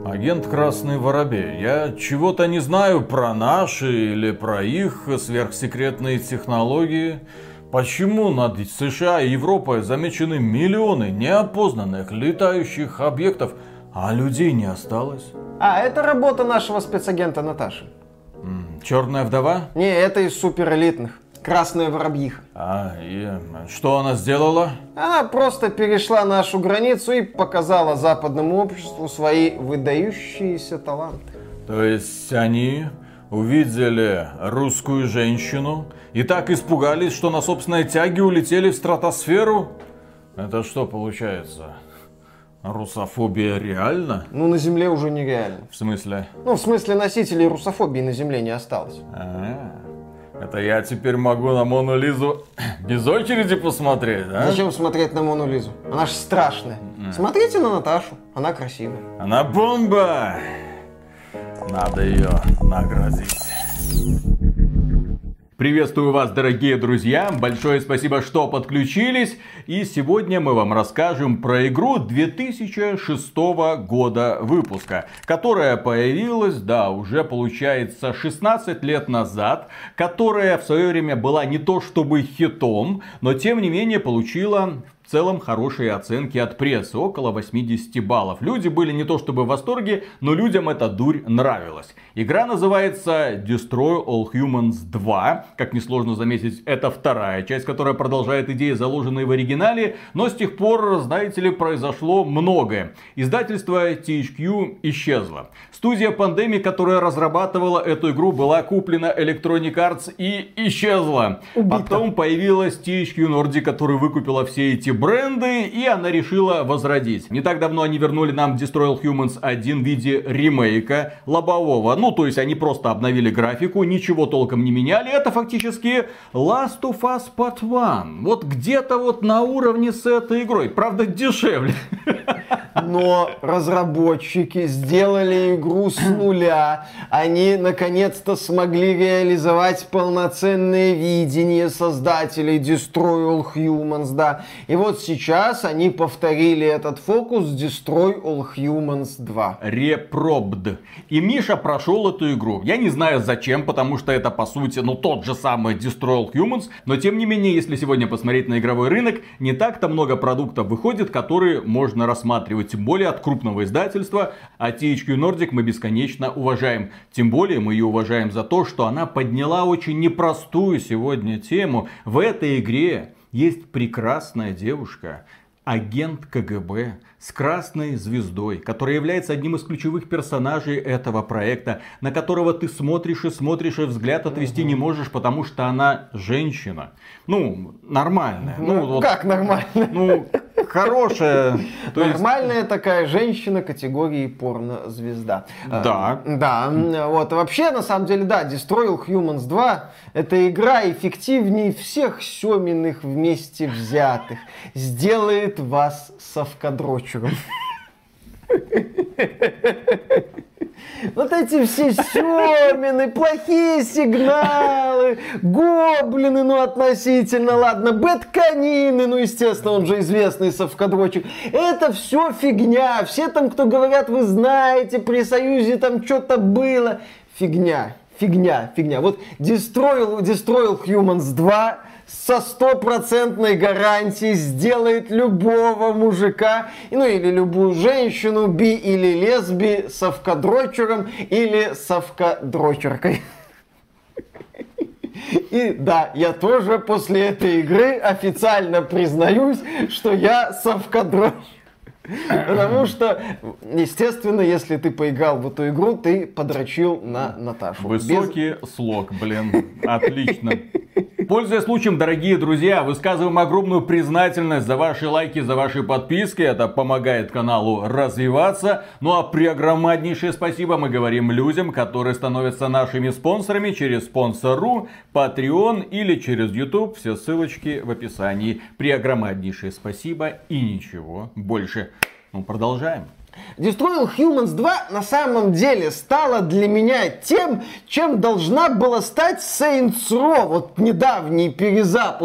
Агент Красный Воробей, я чего-то не знаю про наши или про их сверхсекретные технологии. Почему над США и Европой замечены миллионы неопознанных летающих объектов, а людей не осталось? Это работа нашего спецагента Наташи. Черная вдова? Не, это из суперэлитных. Красная воробьиха. И что она сделала? Она просто перешла нашу границу и показала западному обществу свои выдающиеся таланты. То есть они увидели русскую женщину и так испугались, что на собственной тяге улетели в стратосферу? Это что получается? Русофобия реально? На Земле уже нереально. В смысле? В смысле носителей русофобии на Земле не осталось. Это я теперь могу на Мону Лизу без очереди посмотреть, да? Зачем смотреть на Мону Лизу? Она же страшная. Смотрите на Наташу, она красивая. Она бомба! Надо ее наградить. Приветствую вас, дорогие друзья, большое спасибо, что подключились. И сегодня мы вам расскажем про игру 2006 года выпуска, которая появилась, уже получается 16 лет назад, которая в свое время была не то чтобы хитом, но тем не менее получила в целом хорошие оценки от прессы, около 80 баллов. Люди были не то чтобы в восторге, но людям эта дурь нравилась. Игра называется Destroy All Humans 2. Как несложно заметить, это вторая часть, которая продолжает идеи, заложенные в оригинале. Но с тех пор, знаете ли, произошло многое. Издательство THQ исчезло. Студия Pandemic, которая разрабатывала эту игру, была куплена Electronic Arts и исчезла. Потом появилась THQ Nordic, которая выкупила все эти бренды, и она решила возродить. Не так давно они вернули нам Destroy All Humans 1 в виде ремейка лобового. То есть они просто обновили графику, ничего толком не меняли. Это фактически Last of Us Part 1. Вот где-то на уровне с этой игрой. Правда, дешевле. Но разработчики сделали игру с нуля. Они наконец-то смогли реализовать полноценное видение создателей Destroy All Humans, И вот сейчас они повторили этот фокус Destroy All Humans 2. Repробд. И Миша прошел эту игру. Я не знаю зачем, потому что это по сути тот же самый Destroy All Humans. Но тем не менее, если сегодня посмотреть на игровой рынок, не так-то много продуктов выходит, которые можно рассматривать. Тем более от крупного издательства. А THQ Nordic мы бесконечно уважаем. Тем более мы ее уважаем за то, что она подняла очень непростую сегодня тему. В этой игре есть прекрасная девушка, агент КГБ с красной звездой, которая является одним из ключевых персонажей этого проекта, на которого ты смотришь и взгляд отвести не можешь, потому что она женщина. Нормальная. Как нормальная? Хорошая. Нормальная такая женщина категории порно-звезда. Да. Вообще, на самом деле, Destroy All Humans 2 это игра эффективнее всех Семиных вместе взятых. Сделает вас совкадрочером. Вот эти все Семины, плохие сигналы, гоблины, относительно, ладно, бэтканины, естественно, он же известный совкадрочек. Это все фигня. Все там, кто говорят, вы знаете, при Союзе там что-то было. Фигня. Вот Destroy All Humans 2 со 100% гарантией сделает любого мужика, или любую женщину, би или лесби, совкадрочером или совкадрочеркой. И я тоже после этой игры официально признаюсь, что я совкадрочер. Потому что, естественно, если ты поиграл в эту игру, ты подрочил на Наташу. Высокий слог, отлично. Пользуясь случаем, дорогие друзья, высказываем огромную признательность за ваши лайки, за ваши подписки. Это помогает каналу развиваться. А преогромаднейшее спасибо мы говорим людям, которые становятся нашими спонсорами через Sponsor.ru, Patreon или через YouTube. Все ссылочки в описании. Преогромаднейшее спасибо и ничего больше. Продолжаем. Destroy All Humans 2 на самом деле стала для меня тем, чем должна была стать Saints Row, недавний перезапуск.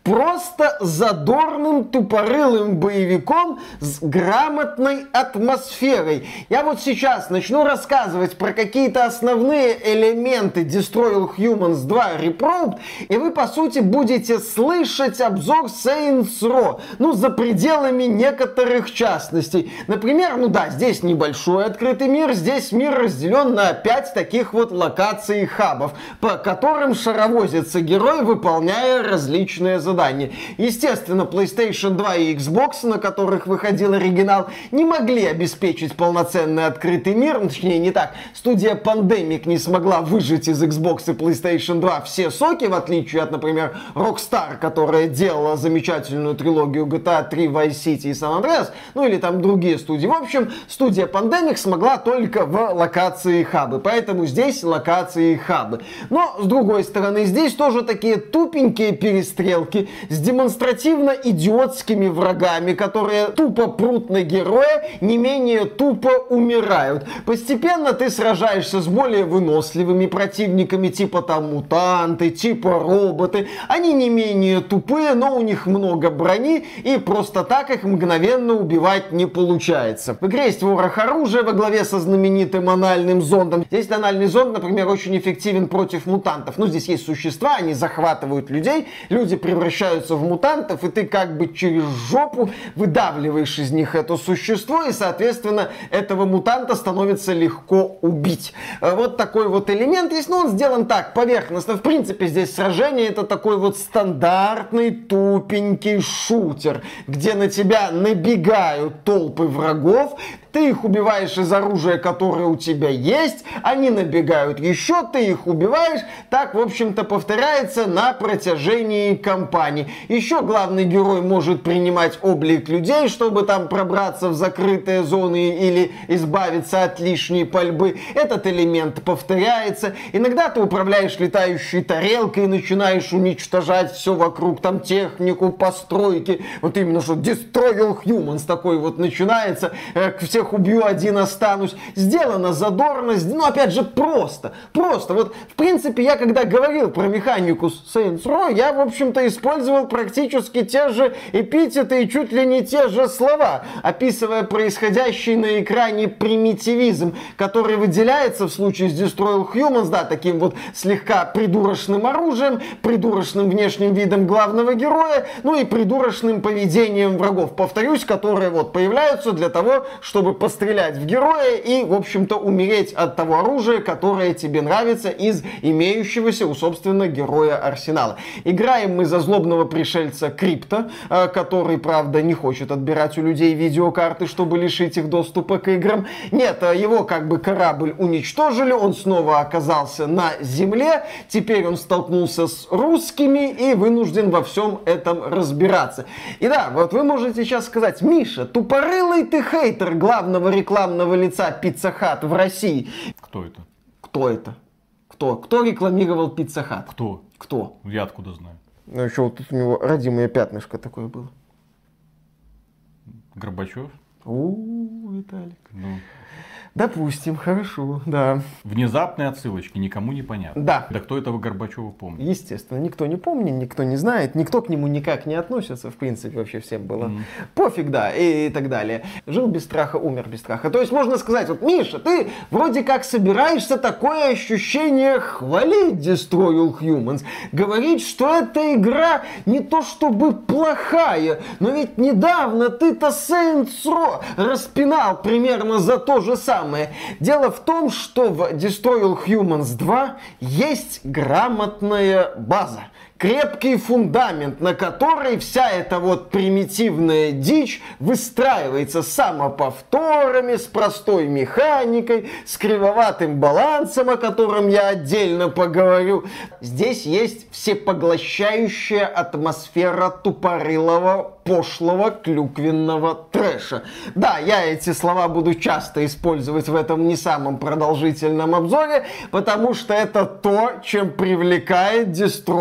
просто задорным тупорылым боевиком с грамотной атмосферой. Я вот сейчас начну рассказывать про какие-то основные элементы Destroy All Humans 2 Reprobed, и вы, по сути, будете слышать обзор Saints Row, ну, за пределами некоторых частностей. Например, ну да, здесь небольшой открытый мир, здесь мир разделен на 5 таких вот локаций и хабов, по которым шаровозится герой, выполняя различные задания. Естественно, PlayStation 2 и Xbox, на которых выходил оригинал, не могли обеспечить полноценный открытый мир, точнее не так, студия Pandemic не смогла выжать из Xbox и PlayStation 2 все соки, в отличие от, например, Rockstar, которая делала замечательную трилогию GTA 3, Vice City и San Andreas, ну или там другие студии. В общем, студия Pandemic смогла только в локации и хабы, поэтому здесь локации и хабы. Но, с другой стороны, здесь тоже такие тупенькие перестрелки с демонстративно идиотскими врагами, которые тупо прут на героя, не менее тупо умирают. Постепенно ты сражаешься с более выносливыми противниками, типа там мутанты, типа роботы. Они не менее тупые, но у них много брони, и просто так их мгновенно убивать не получается. В игре есть ворох оружия во главе со знаменитым анальным зондом. Здесь анальный зонд, например, очень эффективен против мутантов. Ну, здесь есть существа, они захватывают людей, люди превращаются в мутантов, и ты как бы через жопу выдавливаешь из них это существо, и, соответственно, этого мутанта становится легко убить. Вот такой вот элемент есть, но он сделан так, поверхностно. В принципе, здесь сражение это такой вот стандартный тупенький шутер, где на тебя набегают толпы врагов, ты их убиваешь из оружия, которое у тебя есть, они набегают еще, ты их убиваешь. Так, в общем-то, повторяется на протяжении кампании. Еще главный герой может принимать облик людей, чтобы там пробраться в закрытые зоны или избавиться от лишней пальбы. Этот элемент повторяется. Иногда ты управляешь летающей тарелкой и начинаешь уничтожать все вокруг, там технику, постройки. Вот именно что Destroy All Humans такой вот начинается. Всех убью, один останусь. Сделано задорно, но опять же просто. Просто. Вот, в принципе, я когда говорил про механику Saints Row, я, в общем-то, использовал практически те же эпитеты и чуть ли не те же слова, описывая происходящий на экране примитивизм, который выделяется в случае с Destroy All Humans, да, таким вот слегка придурочным оружием, придурочным внешним видом главного героя, ну и придурочным поведением врагов, повторюсь, которые вот появляются для того, чтобы пострелять в героя и, в общем-то, умереть от того оружия, которое тебе нравится из имеющегося у, собственно, героя арсенала. Играем мы за злобного пришельца Крипто, который, правда, не хочет отбирать у людей видеокарты, чтобы лишить их доступа к играм. Нет, его как бы корабль уничтожили, он снова оказался на земле, теперь он столкнулся с русскими и вынужден во всем этом разбираться. И да, вот вы можете сейчас сказать: Миша, тупорылый ты хейтер главного рекламного лица Pizza Hut в России. Кто это? Кто это? Кто рекламировал Pizza Hut? Кто? Я откуда знаю? Ну еще вот тут у него родимое пятнышко такое было. Горбачев? Виталик. Ну. Допустим, хорошо, да. Внезапные отсылочки, никому не понятно. Да. Да кто этого Горбачева помнит? Естественно, никто не помнит, никто не знает, никто к нему никак не относится, в принципе, вообще всем было пофиг, да, и так далее. Жил без страха, умер без страха. То есть можно сказать: вот, Миша, ты вроде как собираешься такое ощущение хвалить Destroy All Humans, говорить, что эта игра не то чтобы плохая, но ведь недавно ты-то Saints Row распинал примерно за то же самое. Дело в том, что в Destroy All Humans 2 есть грамотная база. Крепкий фундамент, на который вся эта вот примитивная дичь выстраивается самоповторами, с простой механикой, с кривоватым балансом, о котором я отдельно поговорю. Здесь есть всепоглощающая атмосфера тупорылого, пошлого, клюквенного трэша. Да, я эти слова буду часто использовать в этом не самом продолжительном обзоре, потому что это то, чем привлекает Destroy All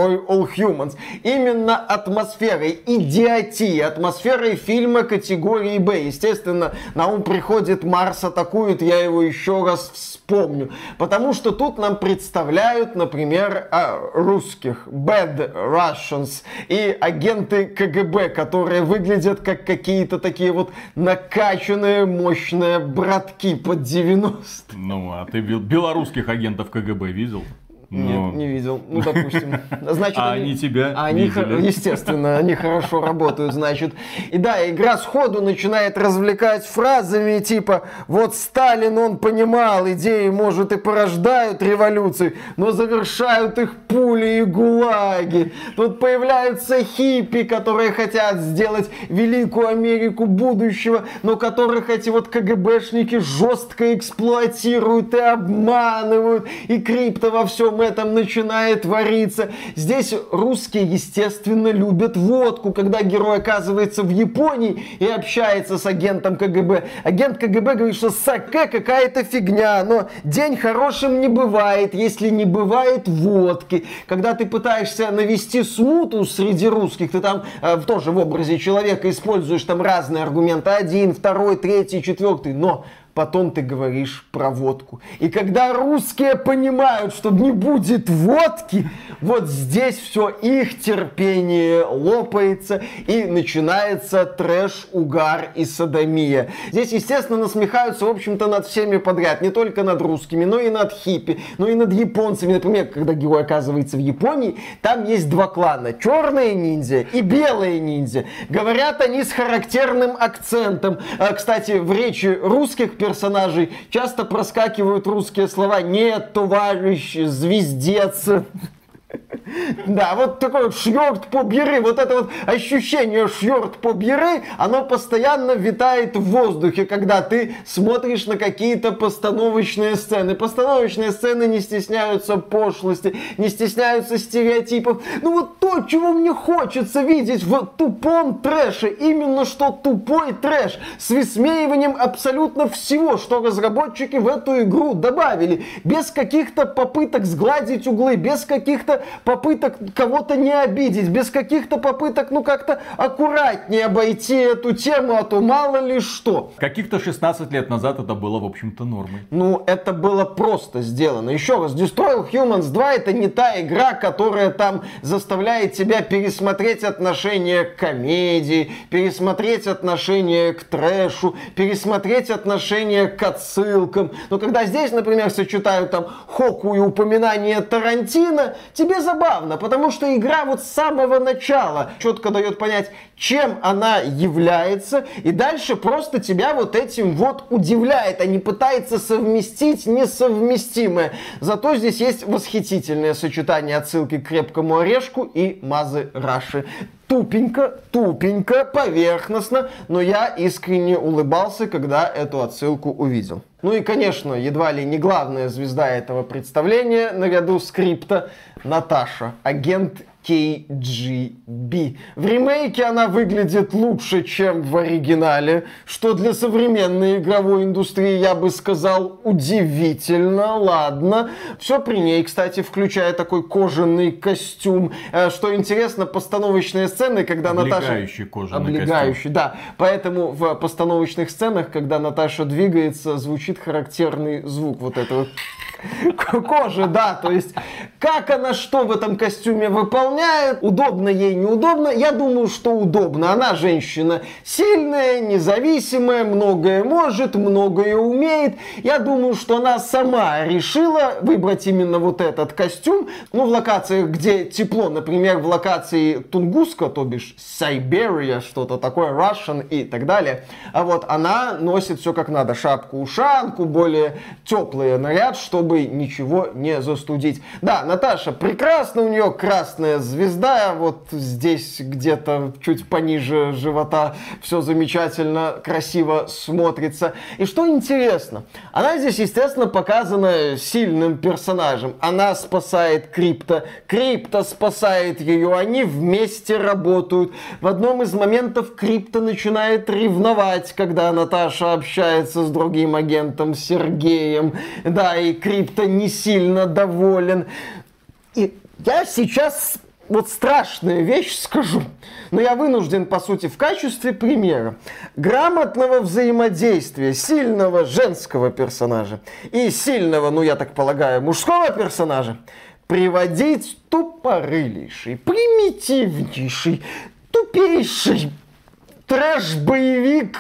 Humans. Именно атмосферой идиотии, атмосферой фильма категории Б. Естественно, на ум приходит «Марс атакует», я его еще раз вспомню. Потому что тут нам представляют, например, русских, Bad Russians, и агенты КГБ, которые выглядят как какие-то такие вот накачанные, мощные братки под 90. Ну, а ты белорусских агентов КГБ видел? Нет, не видел. Ну, допустим. Значит, они тебя видели. Естественно, они хорошо работают, значит. И да, игра сходу начинает развлекать фразами типа «Вот Сталин, он понимал, идеи, может, и порождают революции, но завершают их пули и гулаги». Тут появляются хиппи, которые хотят сделать великую Америку будущего, но которых эти вот КГБшники жестко эксплуатируют и обманывают. И крипто во всем этом начинает вариться. Здесь русские, естественно, любят водку. Когда герой оказывается в Японии и общается с агентом КГБ, агент КГБ говорит, что саке какая-то фигня, но день хорошим не бывает, если не бывает водки. Когда ты пытаешься навести смуту среди русских, ты там тоже в образе человека используешь там разные аргументы. 1, 2, 3, 4, но потом ты говоришь про водку. И когда русские понимают, что не будет водки, вот здесь все, их терпение лопается, и начинается трэш, угар и содомия. Здесь, естественно, насмехаются, в общем-то, над всеми подряд. Не только над русскими, но и над хиппи, но и над японцами. Например, когда герой оказывается в Японии, там есть два клана. Черные ниндзя и белые ниндзя. Говорят они с характерным акцентом. Кстати, в речи русских персонажей часто проскакивают русские слова «нет, товарищ», «звездец». Да, вот такой вот шьорт побери, вот это вот ощущение шьорт побери, оно постоянно витает в воздухе, когда ты смотришь на какие-то постановочные сцены. Постановочные сцены не стесняются пошлости, не стесняются стереотипов. Ну вот то, чего мне хочется видеть в тупом трэше, именно что тупой трэш, с высмеиванием абсолютно всего, что разработчики в эту игру добавили, без каких-то попыток сгладить углы, без каких-то попыток кого-то не обидеть, без каких-то попыток, ну, как-то аккуратнее обойти эту тему, а то мало ли что. Каких-то 16 лет назад это было, в общем-то, нормой. Ну, это было просто сделано. Еще раз, Destroy Humans 2 это не та игра, которая там заставляет тебя пересмотреть отношение к комедии, пересмотреть отношение к трэшу, пересмотреть отношение к отсылкам. Но когда здесь, например, сочетают там Хоку и упоминание Тарантино, тебе забавно, потому что игра вот с самого начала четко дает понять, чем она является, и дальше просто тебя вот этим вот удивляет, а не пытается совместить несовместимое. Зато здесь есть восхитительное сочетание отсылки к Крепкому орешку и Мазы Раши. Тупенько, поверхностно, но я искренне улыбался, когда эту отсылку увидел. Ну и, конечно, едва ли не главная звезда этого представления, наряду с Крипто, Наташа, агент KGB. В ремейке она выглядит лучше, чем в оригинале, что для современной игровой индустрии, я бы сказал, удивительно. Ладно. Все при ней, кстати, включая такой кожаный костюм. Что интересно, постановочные сцены, когда облегающий Наташа... кожаный облегающий, костюм. да. Поэтому в постановочных сценах, когда Наташа двигается, звучит характерный звук вот этого кожи, да, то есть как она что в этом костюме выполняет, удобно ей, неудобно, я думаю, что удобно. Она женщина сильная, независимая, многое может, многое умеет. Я думаю, что она сама решила выбрать именно вот этот костюм. Ну, в локациях, где тепло, например, в локации Тунгуска, то бишь Siberia, что-то такое, Russian и так далее. А вот она носит все как надо, шапку-ушанку, более теплый наряд, чтобы ничего не застудить. Да, Наташа прекрасна, у нее красная звезда, вот здесь где-то чуть пониже живота все замечательно, красиво смотрится. И что интересно, она здесь, естественно, показана сильным персонажем. Она спасает Крипто, Крипто спасает ее, они вместе работают. В одном из моментов Крипто начинает ревновать, когда Наташа общается с другим агентом Сергеем. Да, и Крипто не сильно доволен. И я сейчас вот страшная вещь скажу, но я вынужден, по сути, в качестве примера грамотного взаимодействия сильного женского персонажа и сильного, ну я так полагаю, мужского персонажа приводить тупорылейший, примитивнейший, тупейший трэш-боевик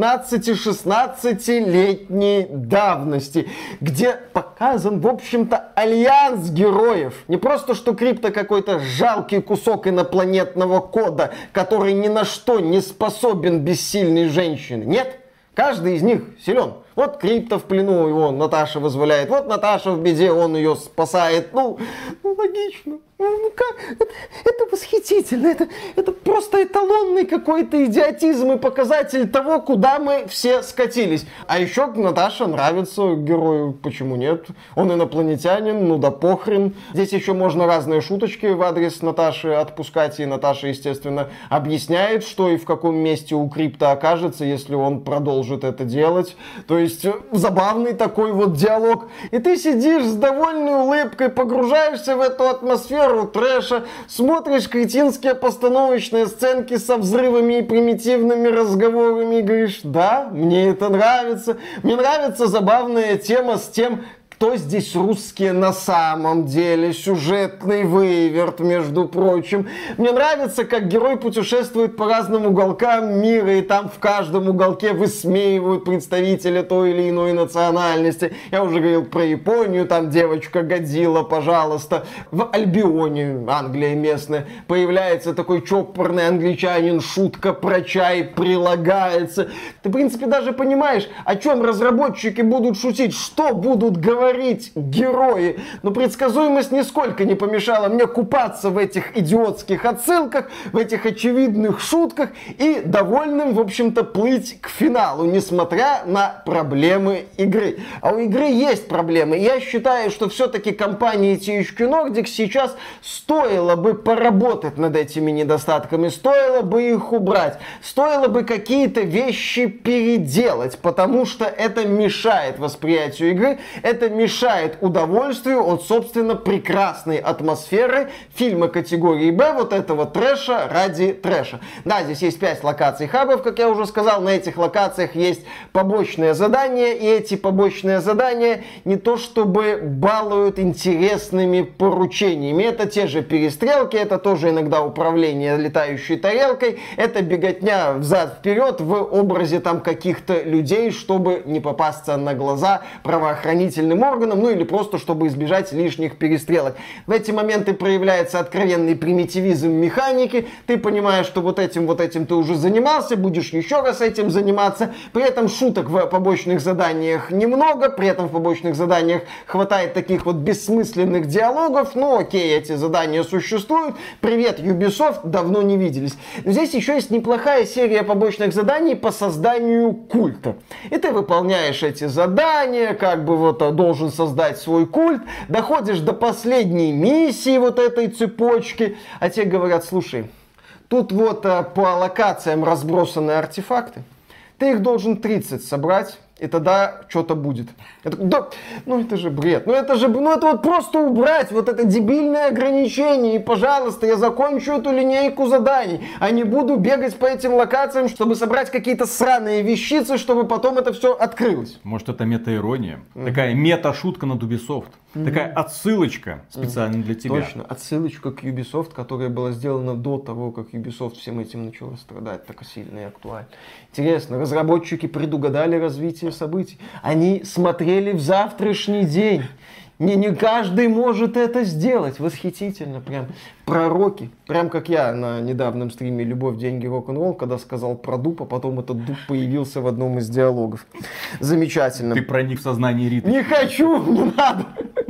15-16-летней давности, где показан, в общем-то, альянс героев. Не просто, что Крипто какой-то жалкий кусок инопланетного кода, который ни на что не способен без сильной женщины. Нет, каждый из них силен. Вот Крипто в плену, его Наташа вызволяет. Вот Наташа в беде, он ее спасает. Ну логично. Ну как? Это восхитительно. Это просто эталонный какой-то идиотизм и показатель того, куда мы все скатились. А еще Наташа нравится герою. Почему нет? Он инопланетянин, ну да похрен. Здесь еще можно разные шуточки в адрес Наташи отпускать. И Наташа, естественно, объясняет, что и в каком месте у Крипто окажется, если он продолжит это делать. То есть забавный такой вот диалог. И ты сидишь с довольной улыбкой, погружаешься в эту атмосферу трэша, смотришь кретинские постановочные сценки со взрывами и примитивными разговорами и говоришь, да, мне это нравится. Мне нравится забавная тема с тем, кто здесь русские на самом деле, сюжетный выверт, между прочим. Мне нравится, как герой путешествует по разным уголкам мира, и там в каждом уголке высмеивают представителя той или иной национальности. Я уже говорил про Японию, там девочка Годзилла, пожалуйста. В Альбионе, Англия местная, появляется такой чопорный англичанин, шутка про чай прилагается. Ты, в принципе, даже понимаешь, о чем разработчики будут шутить, что будут говорить герои. Но предсказуемость нисколько не помешала мне купаться в этих идиотских отсылках, в этих очевидных шутках и довольным, в общем-то, плыть к финалу, несмотря на проблемы игры. А у игры есть проблемы. Я считаю, что все-таки компании THQ Nordic сейчас стоило бы поработать над этими недостатками, стоило бы их убрать, стоило бы какие-то вещи переделать, потому что это мешает восприятию игры, это мешает удовольствию от, собственно, прекрасной атмосферы фильма категории Б, вот этого трэша ради трэша. Да, здесь есть 5 локаций хабов, как я уже сказал, на этих локациях есть побочные задания, и эти побочные задания не то чтобы балуют интересными поручениями, это те же перестрелки, это тоже иногда управление летающей тарелкой, это беготня взад-вперед в образе там каких-то людей, чтобы не попасться на глаза правоохранительным органам, ну или просто чтобы избежать лишних перестрелок. В эти моменты проявляется откровенный примитивизм механики, ты понимаешь, что вот этим ты уже занимался, будешь еще раз этим заниматься, при этом шуток в побочных заданиях немного, при этом в побочных заданиях хватает таких вот бессмысленных диалогов, ну окей, эти задания существуют, привет, Ubisoft, давно не виделись. Но здесь еще есть неплохая серия побочных заданий по созданию культа. И ты выполняешь эти задания, как бы вот должен создать свой культ, доходишь до последней миссии вот этой цепочки, а тебе говорят, слушай, тут вот по локациям разбросаны артефакты, ты их должен 30 собрать, и тогда что-то будет. Я такой, да, ну это же бред, ну это вот просто убрать вот это дебильное ограничение, и пожалуйста, я закончу эту линейку заданий, а не буду бегать по этим локациям, чтобы собрать какие-то сраные вещицы, чтобы потом это все открылось. Может, это мета-ирония? Такая мета-шутка над Ubisoft? Такая отсылочка специально для тебя? Точно, отсылочка к Ubisoft, которая была сделана до того, как Ubisoft всем этим начала страдать так сильно и актуально. Интересно, разработчики предугадали развитие событий. Они смотрели в завтрашний день. Не каждый может это сделать. Восхитительно. Прям пророки. Прям как я на недавнем стриме «Любовь, деньги, рок-н-ролл», когда сказал про дуб, а потом этот дуб появился в одном из диалогов. Замечательно. Ты проник в сознание Риты. Не хочу, не надо.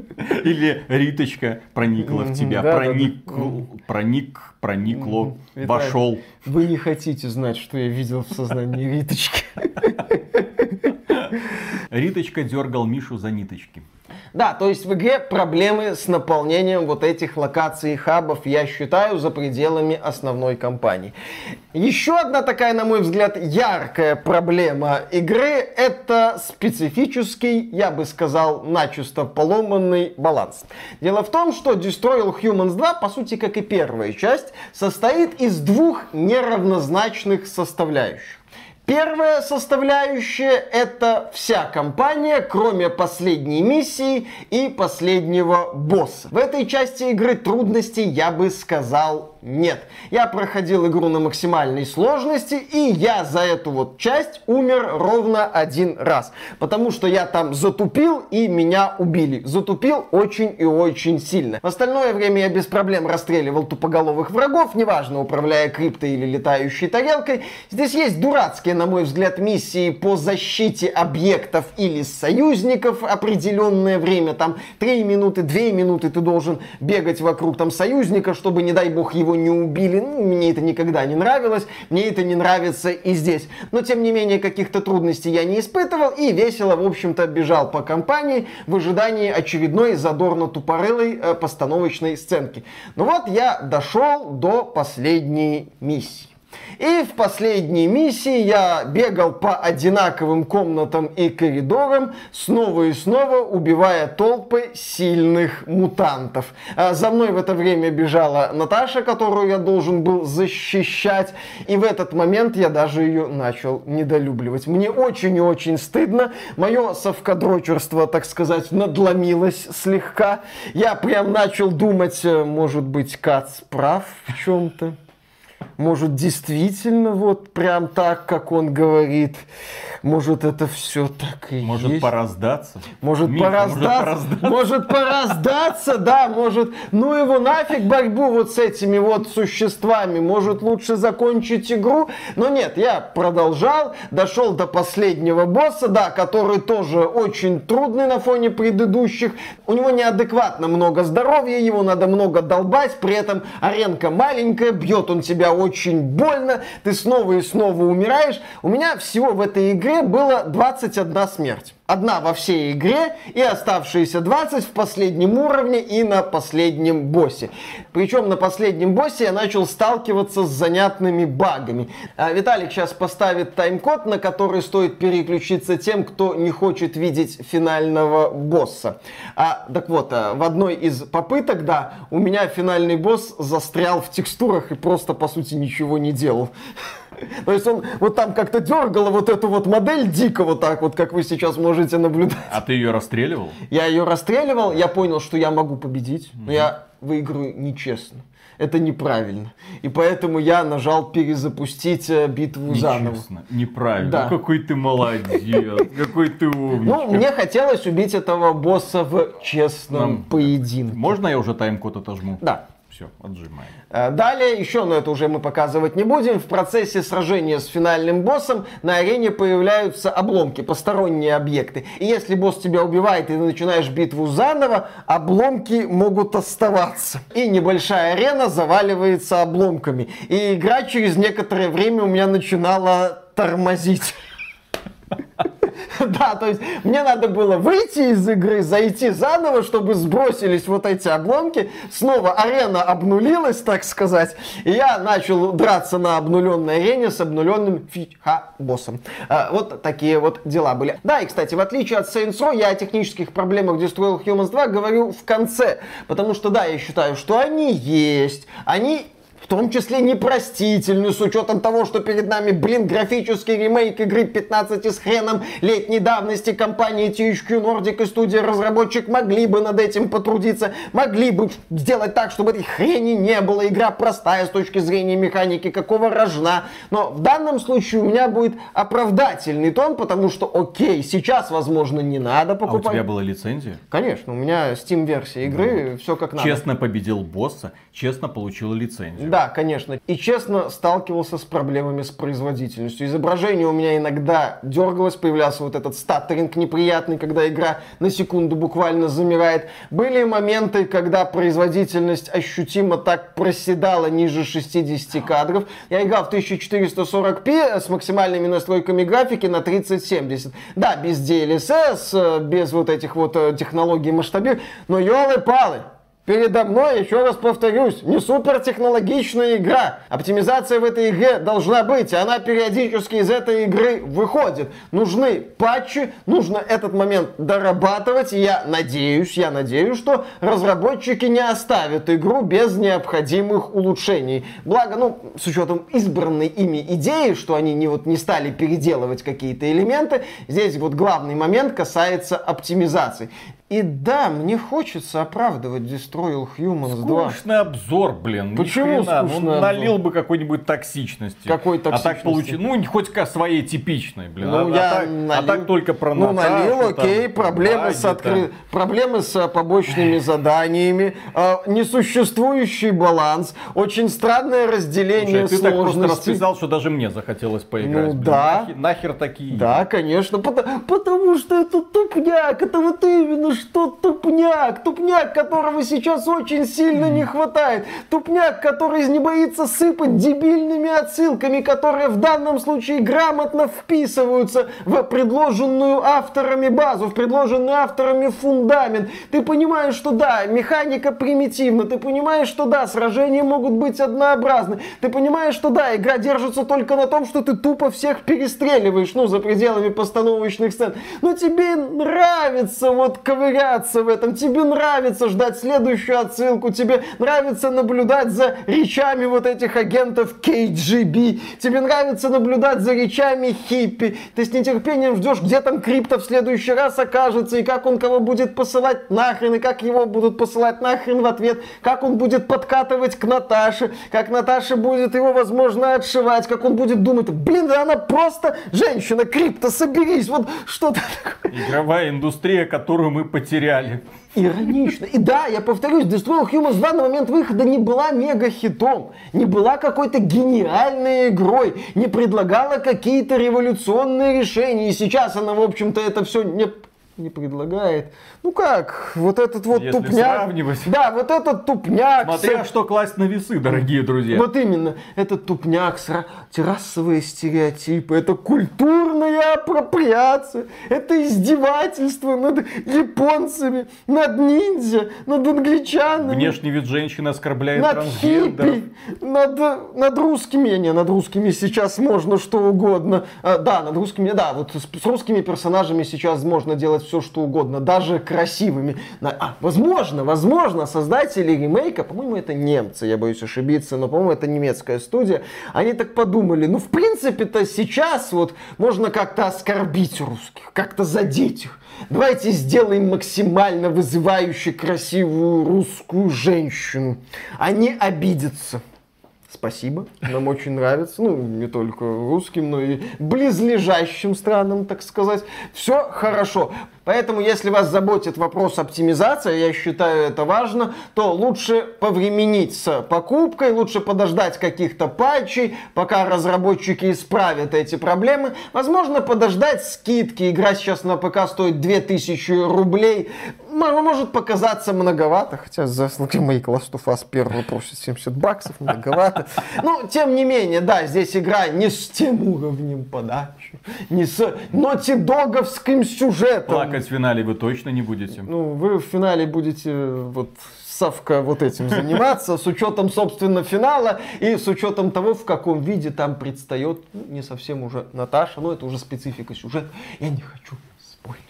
Или Риточка проникла в тебя. Да, Проникло, вошел. Вы не хотите знать, что я видел в сознании Риточки. Риточка дергал Мишу за ниточки. Да, то есть в игре проблемы с наполнением вот этих локаций и хабов, я считаю, за пределами основной кампании. Еще одна такая, на мой взгляд, яркая проблема игры — это специфический, я бы сказал, начисто поломанный баланс. Дело в том, что Destroy All Humans 2, по сути, как и первая часть, состоит из двух неравнозначных составляющих. Первая составляющая — это вся кампания, кроме последней миссии и последнего босса. В этой части игры трудностей, я бы сказал, нет. Я проходил игру на максимальной сложности, и я за эту вот часть умер ровно один раз. Потому что я там затупил, и меня убили. Затупил очень и очень сильно. В остальное время я без проблем расстреливал тупоголовых врагов, неважно, управляя криптой или летающей тарелкой. Здесь есть дурацкие, на мой взгляд, миссии по защите объектов или союзников определенное время. Там 3 минуты, 2 минуты ты должен бегать вокруг там союзника, чтобы, не дай бог, его не убили. Ну, мне это никогда не нравилось. Мне это не нравится и здесь. Но, тем не менее, каких-то трудностей я не испытывал и весело, в общем-то, бежал по кампании в ожидании очередной задорно-тупорылой постановочной сценки. Ну вот, я дошел до последней миссии. И в последней миссии я бегал по одинаковым комнатам и коридорам, снова и снова убивая толпы сильных мутантов. За мной в это время бежала Наташа, которую я должен был защищать. И в этот момент я даже ее начал недолюбливать. Мне очень и очень стыдно. Мое совкадрочерство, так сказать, надломилось слегка. Я прям начал думать, может быть, Кац прав в чем-то. Может, действительно, вот прям так, как он говорит. Может, это все так и может, есть. Пора сдаться? Может, пора сдаться. Может, пора сдаться, да, может. Ну его нафиг борьбу вот с этими вот существами. Может, лучше закончить игру. Но нет, я продолжал, дошел до последнего босса, да, который тоже очень трудный на фоне предыдущих. У него неадекватно много здоровья, его надо много долбать, при этом аренка маленькая, бьет он тебя очень больно, ты снова и снова умираешь. У меня всего в этой игре было 21 смерть. Одна во всей игре и оставшиеся 20 в последнем уровне и на последнем боссе. Причем на последнем боссе я начал сталкиваться с занятными багами. Виталик сейчас поставит тайм-код, на который стоит переключиться тем, кто не хочет видеть финального босса. Так вот, в одной из попыток, да, у меня финальный босс застрял в текстурах и просто, по сути, ничего не делал. То есть он вот там как-то дергал вот эту вот модель дико вот так вот, как вы сейчас можете наблюдать. А ты ее расстреливал? Я ее расстреливал, я понял, что я могу победить, но я выиграю нечестно. Это неправильно. И поэтому я нажал перезапустить битву заново. Нечестно, неправильно. Да. Ну, какой ты молодец, какой ты умничка. Ну, мне хотелось убить этого босса в честном поединке. Можно я уже тайм-код отожму? Да. Все, отжимаем. Далее, еще, но это уже мы показывать не будем, в процессе сражения с финальным боссом на арене появляются обломки, посторонние объекты. И если босс тебя убивает и ты начинаешь битву заново, обломки могут оставаться. И небольшая арена заваливается обломками. И игра через некоторое время у меня начинала тормозить. Да, то есть мне надо было выйти из игры, зайти заново, чтобы сбросились вот эти обломки. Снова арена обнулилась, так сказать. И я начал драться на обнуленной арене с обнуленным боссом. Вот такие вот дела были. Да, и, кстати, в отличие от Saints Row, я о технических проблемах Destroy All Humans 2 говорю в конце. Потому что, да, я считаю, что они есть. Они... в том числе непростительный, с учетом того, что перед нами, графический ремейк игры 15 с хреном летней давности компании THQ Nordic и студия-разработчик могли бы над этим потрудиться, могли бы сделать так, чтобы этой хрени не было. Игра простая с точки зрения механики, какого рожна. Но в данном случае у меня будет оправдательный тон, потому что, окей, сейчас, возможно, не надо покупать. А у тебя была лицензия? Конечно, у меня Steam-версия игры, все как надо. Честно победил босса, честно получил лицензию. Да, конечно. И честно, сталкивался с проблемами с производительностью. Изображение у меня иногда дергалось, появлялся вот этот статтеринг неприятный, когда игра на секунду буквально замирает. Были моменты, когда производительность ощутимо так проседала ниже 60 кадров. Я играл в 1440p с максимальными настройками графики на 3070. Да, без DLSS, без вот этих вот технологий масштабирования, но ёлы-палы. Передо мной, еще раз повторюсь, не супертехнологичная игра. Оптимизация в этой игре должна быть, и она периодически из этой игры выходит. Нужны патчи, нужно этот момент дорабатывать, и я надеюсь, что разработчики не оставят игру без необходимых улучшений. Благо, с учетом избранной ими идеи, что они не стали переделывать какие-то элементы, здесь вот главный момент касается оптимизации. И да, мне хочется оправдывать Destroy All Humans 2. Скучный обзор, блин. Почему скучный обзор? Налил бы какой-нибудь токсичности. Какой токсичности? А так получилось, хоть своей типичной, блин. А так только про Наташу. Налил, окей, проблемы с побочными заданиями, несуществующий баланс, очень странное разделение сложностей. Ты так просто расписал, что даже мне захотелось поиграть. Да. Нахер такие. Да, конечно, потому что это тупняк, это вот именно что тупняк, которого сейчас очень сильно не хватает, тупняк, который не боится сыпать дебильными отсылками, которые в данном случае грамотно вписываются в предложенную авторами базу, в предложенный авторами фундамент. Ты понимаешь, что да, механика примитивна, ты понимаешь, что да, сражения могут быть однообразны, ты понимаешь, что да, игра держится только на том, что ты тупо всех перестреливаешь, за пределами постановочных сцен, но тебе нравится ковыряться в этом, тебе нравится ждать следующую отсылку, тебе нравится наблюдать за речами вот этих агентов KGB, тебе нравится наблюдать за речами хиппи, ты с нетерпением ждешь, где там Крипто в следующий раз окажется, и как он кого будет посылать нахрен, и как его будут посылать нахрен в ответ, как он будет подкатывать к Наташе, как Наташа будет его, возможно, отшивать, как он будет думать, да она просто женщина, Крипто, соберись, что-то такое. Игровая индустрия, которую мы потеряли. Иронично. И да, я повторюсь, Destroy All Humans 2 на момент выхода не была мега-хитом, не была какой-то гениальной игрой, не предлагала какие-то революционные решения. И сейчас она, в общем-то, это все не предлагает. Вот этот если тупняк. Сравнивать. Да, вот этот тупняк. Смотря что класть на весы, дорогие друзья. Вот именно. Этот тупняк, террасовые стереотипы, это культурная апроприация, это издевательство над японцами, над ниндзя, над англичанами. Внешний вид женщины оскорбляет над трансгендеров. Хиппи, над русскими. Над русскими сейчас можно что угодно. Над русскими, с русскими персонажами сейчас можно делать все, что угодно, даже красивыми. Возможно, создатели ремейка, по-моему, это немцы, я боюсь ошибиться, но, по-моему, это немецкая студия, они так подумали, в принципе-то сейчас можно как-то оскорбить русских, как-то задеть их. Давайте сделаем максимально вызывающе красивую русскую женщину. Они обидятся. Спасибо, нам очень нравится, не только русским, но и близлежащим странам, так сказать. Все хорошо. Поэтому, если вас заботит вопрос оптимизации, я считаю это важно, то лучше повременить с покупкой, лучше подождать каких-то патчей, пока разработчики исправят эти проблемы. Возможно, подождать скидки. Игра сейчас на ПК стоит 2000 рублей. Может показаться многовато, хотя за ремейк Last of Us 1 просит 70 баксов, многовато. Но, тем не менее, да, здесь игра не с тем уровнем подачи, не с ноти-договским сюжетом. Плакать в финале вы точно не будете. Вы в финале будете Савка этим заниматься, с учетом, собственно, финала и с учетом того, в каком виде там предстает не совсем уже Наташа, это уже специфика сюжета. Я не хочу спойлерить.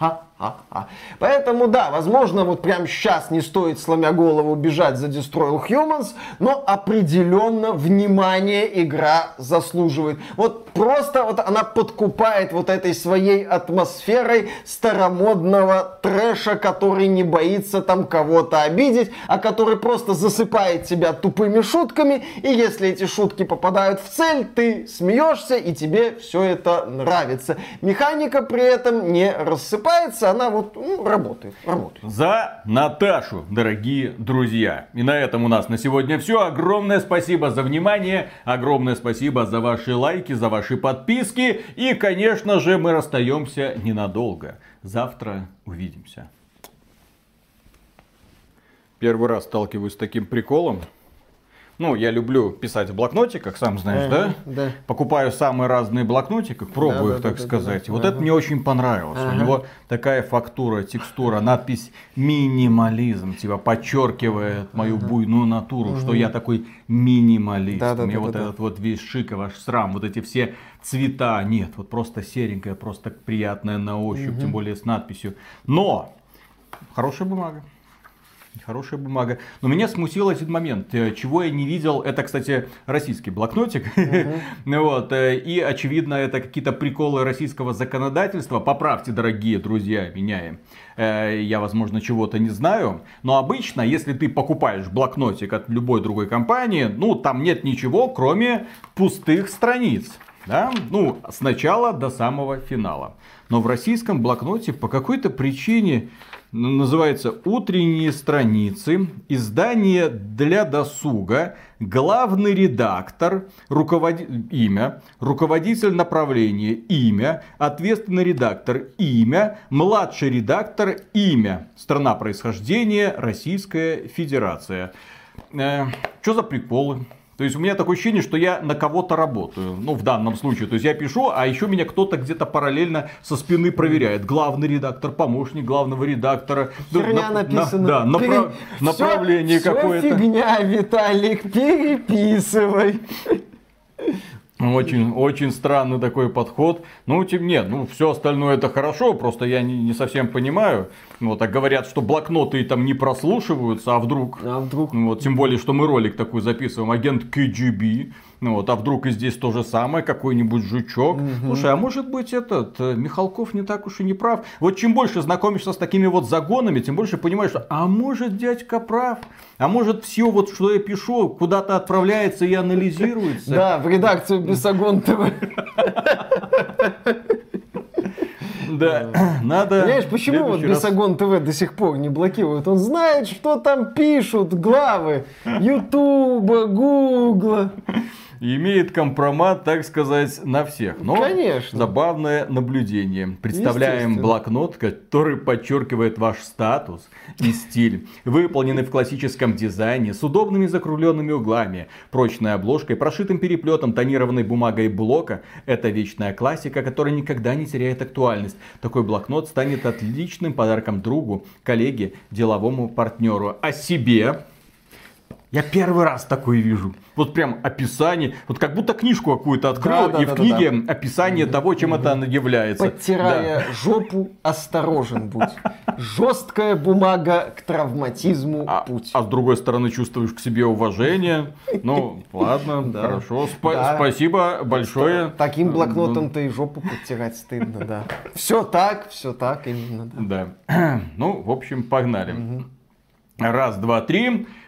Поэтому, да, возможно, прямо сейчас не стоит, сломя голову, бежать за Destroy All Humans, но определенно внимание игра заслуживает. Просто она подкупает этой своей атмосферой старомодного трэша, который не боится там кого-то обидеть, а который просто засыпает тебя тупыми шутками, и если эти шутки попадают в цель, ты смеешься, и тебе все это нравится. Механика при этом не рассыпается, нравится, она вот работает. За Наташу, дорогие друзья. И на этом у нас на сегодня все. Огромное спасибо за внимание. Огромное спасибо за ваши лайки, за ваши подписки. И, конечно же, мы расстаемся ненадолго. Завтра увидимся. Первый раз сталкиваюсь с таким приколом. Ну, я люблю писать в блокнотиках, сам знаешь, Да. Покупаю самые разные блокнотики, пробую их, так сказать. Вот это мне очень понравилось. У него такая фактура, текстура, надпись минимализм, типа подчеркивает мою буйную натуру, что я такой минималист. Мне вот этот вот весь шик и ваш срам, вот эти все цвета, нет, вот просто серенькая, просто приятная на ощупь, тем более с надписью. Но хорошая бумага. Хорошая бумага. Но меня смутил один момент, чего я не видел. Это, кстати, российский блокнотик. Вот. И, очевидно, это какие-то приколы российского законодательства. Поправьте, дорогие друзья, меня. Я, возможно, чего-то не знаю. Но обычно, если ты покупаешь блокнотик от любой другой компании, ну, там нет ничего, кроме пустых страниц. Да? Ну, с начала до самого финала. Но в российском блокноте по какой-то причине называется «Утренние страницы», издание для досуга, главный редактор, имя, руководитель направления, имя, ответственный редактор, имя, младший редактор, имя, страна происхождения, Российская Федерация. Что за приколы? То есть у меня такое ощущение, что я на кого-то работаю. Ну, в данном случае. То есть я пишу, а еще меня кто-то где-то параллельно со спины проверяет. Главный редактор, помощник главного редактора. Херня написано. Направление какое-то. Все фигня, Виталик, переписывай. Очень странный такой подход. Ну, все остальное это хорошо, просто я не совсем понимаю. Вот, а говорят, что блокноты там не прослушиваются, а вдруг? Вот, тем более, что мы ролик такой записываем, агент КГБ. Вот, а вдруг и здесь то же самое, какой-нибудь жучок. Слушай, а может быть Михалков не так уж и не прав. Вот чем больше знакомишься с такими вот загонами, тем больше понимаешь, что а может дядька прав. А может все вот, что я пишу, куда-то отправляется и анализируется. Да, в редакцию Бесогон ТВ. Да, надо... Понимаешь, почему вот Бесогон ТВ до сих пор не блокируют? Он знает, что там пишут главы Ютуба, Гугла. Имеет компромат, так сказать, на всех. Но конечно. Забавное наблюдение. Представляем блокнот, который подчеркивает ваш статус и стиль. Выполненный в классическом дизайне, с удобными закругленными углами, прочной обложкой, прошитым переплетом, тонированной бумагой блока. Это вечная классика, которая никогда не теряет актуальность. Такой блокнот станет отличным подарком другу, коллеге, деловому партнеру. А себе... Я первый раз такое вижу. Вот прям описание. Вот как будто книжку какую-то открыл, и в книге описание того, чем это является. Подтирая жопу, осторожен будь. Жесткая бумага к травматизму путь. А с другой стороны чувствуешь к себе уважение. Ну, ладно, хорошо. Спасибо большое. Таким блокнотом-то и жопу подтирать стыдно, да. Все так именно. Да. Ну, в общем, погнали. Раз, два, три.